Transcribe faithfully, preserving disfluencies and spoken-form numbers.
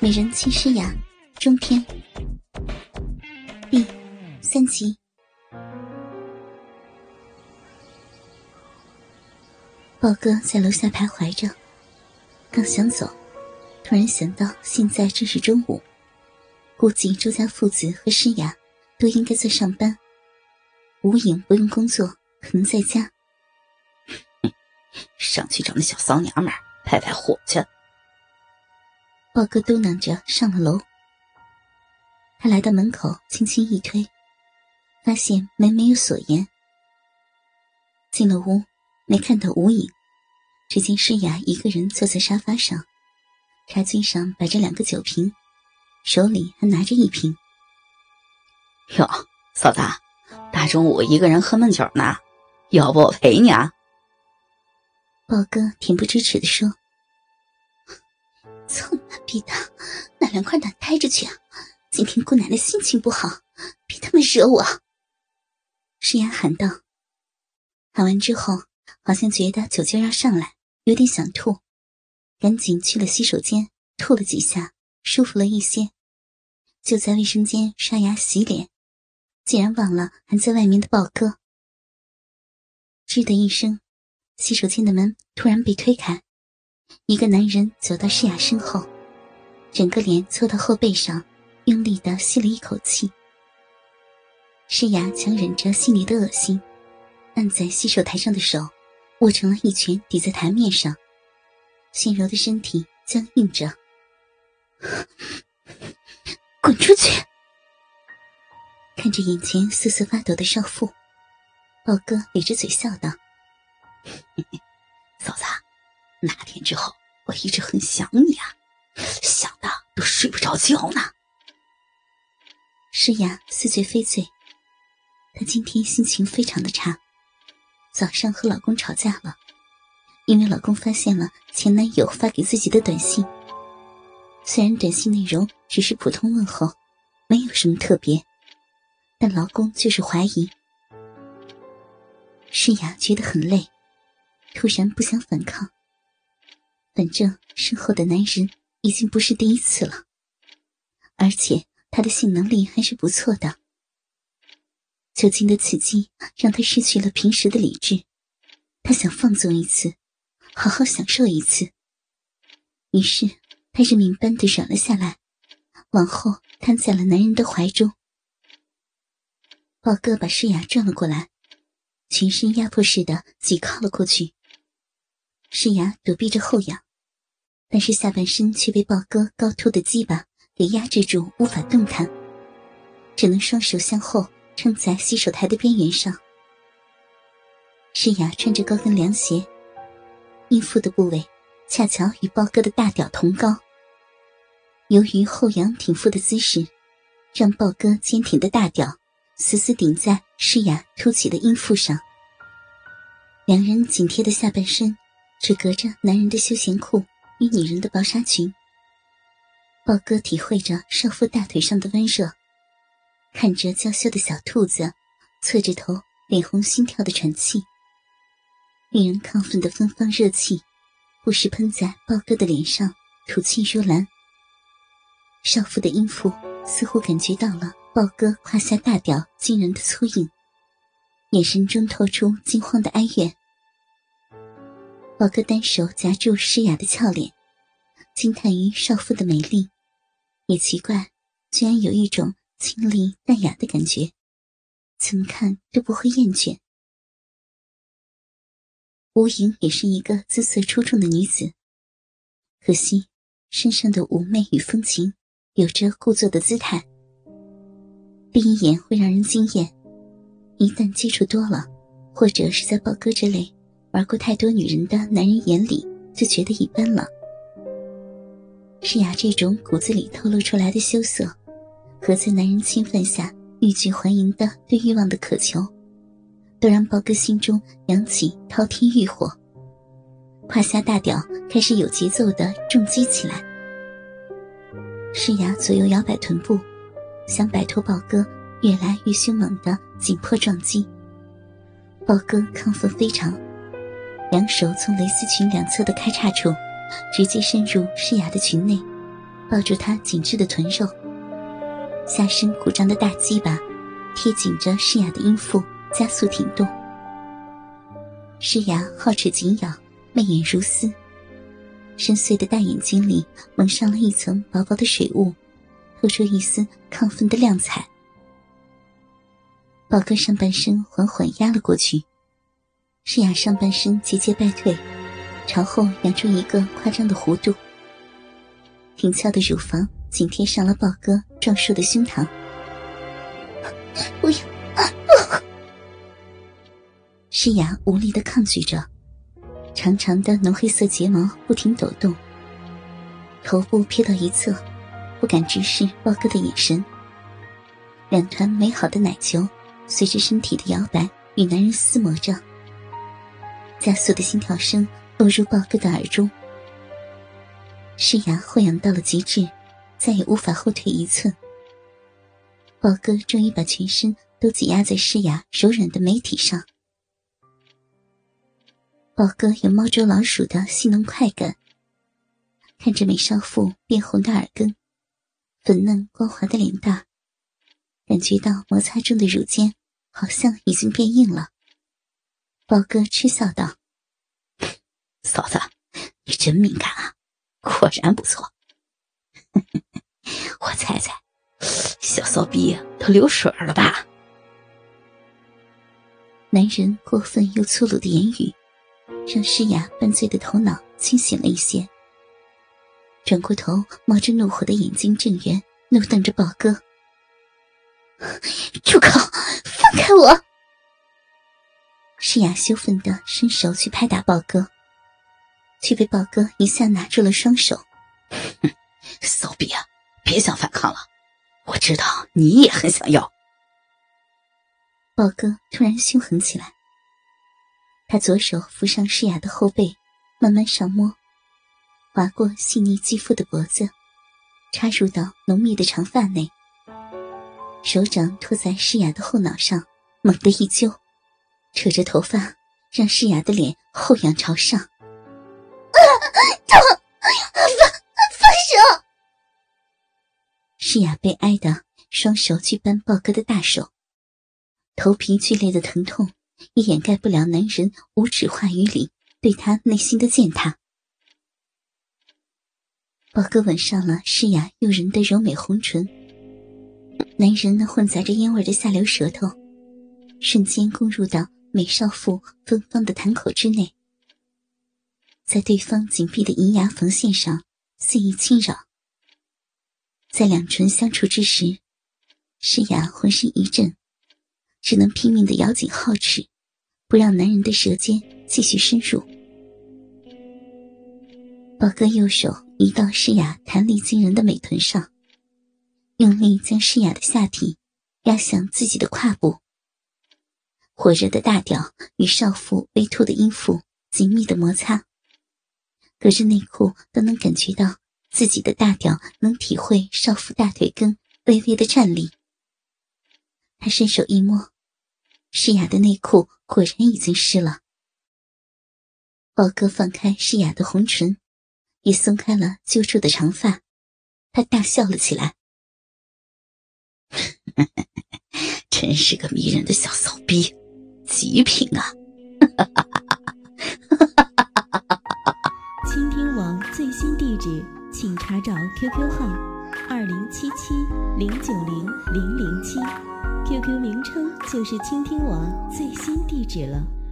美人妻诗雅中篇第三集。豹哥在楼下徘徊着，刚想走，突然想到现在正是中午，估计周家父子和诗雅都应该在上班，吴影不用工作，可能在家。 上去找那小骚娘们儿派派火去。 豹哥嘟囔着上了楼。他来到门口，轻轻一推，发现门没有锁严。进了屋，没看到吴影，只见诗雅一个人坐在沙发上，茶几上摆着两个酒瓶，手里还拿着一瓶。 哟，嫂子，大中午一个人喝闷酒呢，要不我陪你啊？ 豹哥恬不知耻地说：操你妈逼的，拿两块胆呆着去啊！今天姑奶奶心情不好，别他妈惹我！诗雅喊道。喊完之后，好像觉得酒劲要上来，有点想吐，赶紧去了洗手间，吐了几下，舒服了一些。就在卫生间刷牙洗脸，竟然忘了还在外面的豹哥。吱的一声，洗手间的门突然被推开，一个男人走到诗雅身后，整个脸凑到后背上，用力地吸了一口气。诗雅强忍着心里的恶心，按在洗手台上的手握成了一拳抵在台面上，纤柔的身体僵硬着。滚出去！看着眼前瑟瑟发抖的少妇，豹哥咧着嘴笑道： 嫂子，那天之后我一直很想你啊，想的都睡不着觉呢。 诗雅似醉非醉，她今天心情非常的差，早上和老公吵架了，因为老公发现了前男友发给自己的短信，虽然短信内容只是普通问候，没有什么特别，但老公就是怀疑。诗雅觉得很累，突然不想反抗，反正身后的男人已经不是第一次了，而且他的性能力还是不错的。酒精的刺激让他失去了平时的理智，他想放纵一次，好好享受一次。于是他认命般地软了下来，往后瘫在了男人的怀中。豹哥把诗雅转了过来，全身压迫似的挤靠了过去。诗雅躲避着后仰，但是下半身却被豹哥高凸的鸡巴给压制住，无法动弹，只能双手向后撑在洗手台的边缘上。诗雅穿着高跟凉鞋，阴腹的部位恰巧与豹哥的大屌同高，由于后仰挺腹的姿势，让豹哥坚挺的大屌死死顶在诗雅凸起的阴腹上。两人紧贴的下半身只隔着男人的休闲裤与女人的薄纱裙。豹哥体会着少妇大腿上的温热，看着娇羞的小兔子侧着头脸红心跳的喘气，令人亢奋的芬芳热气不时喷在豹哥的脸上，吐气如兰。少妇的阴腹似乎感觉到了豹哥胯下大屌惊人的粗硬，眼神中透出惊慌的哀怨。豹哥单手夹住诗雅的俏脸，惊叹于少妇的美丽，也奇怪居然有一种清丽淡雅的感觉，怎么看都不会厌倦。吴影也是一个姿色出众的女子，可惜身上的妩媚与风情有着故作的姿态，第一眼会让人惊艳，一旦接触多了，或者是在豹哥这类玩过太多女人的男人眼里，就觉得一般了。诗雅这种骨子里透露出来的羞涩，和在男人侵犯下欲拒还迎的对欲望的渴求，都让豹哥心中扬起滔天欲火，胯下大屌开始有节奏地重击起来。诗雅左右摇摆臀部，想摆脱豹哥越来越凶猛的紧迫撞击。豹哥亢奋非常，两手从蕾丝裙两侧的开叉处直接深入诗雅的裙内， 抱住他紧致的臀肉，下身鼓胀的大鸡巴贴紧着诗雅的阴腹，加速挺动。诗雅皓齿紧咬，媚眼如丝，深邃的大眼睛里蒙上了一层薄薄的水雾，透出一丝亢奋的亮彩。宝哥上半身缓缓压了过去，诗雅上半身节节败退，朝后扬出一个夸张的弧度，挺翘的乳房紧贴上了宝哥壮硕的胸膛。不要！诗雅无力地抗拒着，长长的浓黑色睫毛不停抖动，头部偏到一侧，不敢直视宝哥的眼神。两团美好的奶球随着身体的摇摆与男人厮磨着，加速的心跳声落入宝哥的耳中。诗雅后仰到了极致，再也无法后退一寸。宝哥终于把全身都挤压在诗雅柔软的美体上。宝哥有猫捉老鼠的戏弄快感，看着美少妇变红的耳根，粉嫩光滑的脸蛋，感觉到摩擦中的乳尖好像已经变硬了。宝哥嗤笑道： 嫂子，你真敏感啊，果然不错。我猜猜，小骚逼都流水了吧？ 男人过分又粗鲁的言语让诗雅半醉的头脑清醒了一些，转过头，冒着怒火的眼睛正圆，怒瞪着宝哥：住口，放开我！诗雅羞愤地伸手去拍打宝哥，却被宝哥一下拿住了双手。 骚逼啊，别想反抗了，我知道你也很想要。 宝哥突然凶狠起来，他左手扶上诗雅的后背，慢慢上摸，划过细腻肌肤的脖子，插入到浓密的长发内，手掌托在诗雅的后脑上，猛地一揪，扯着头发，让诗雅的脸后仰朝上。啊，痛！放放手！诗雅被挨的双手去扳宝哥的大手，头皮剧烈的疼痛也掩盖不了男人无耻话语里对他内心的践踏。宝哥吻上了诗雅诱人的柔美红唇，男人那混杂着烟味的下流舌头瞬间攻入到美少妇芬芳的潭口之内，在对方紧闭的银牙缝线上肆意侵扰。在两唇相触之时，诗雅浑身一震，只能拼命地咬紧皓齿，不让男人的舌尖继续深入。宝哥右手移到诗雅弹力惊人的美臀上，用力将诗雅的下体压向自己的胯部，火热的大屌与少妇微凸的阴腹紧密的摩擦，隔着内裤都能感觉到自己的大屌能体会少妇大腿根微微的颤栗。他伸手一摸，诗雅的内裤果然已经湿了。宝哥放开诗雅的红唇，也松开了揪住的长发，他大笑了起来。 真是个迷人的小骚逼，极品啊！ 倾听网最新地址，请查找 Q Q 号二零七七零九零零零七 ，Q Q 名称就是倾听网最新地址了。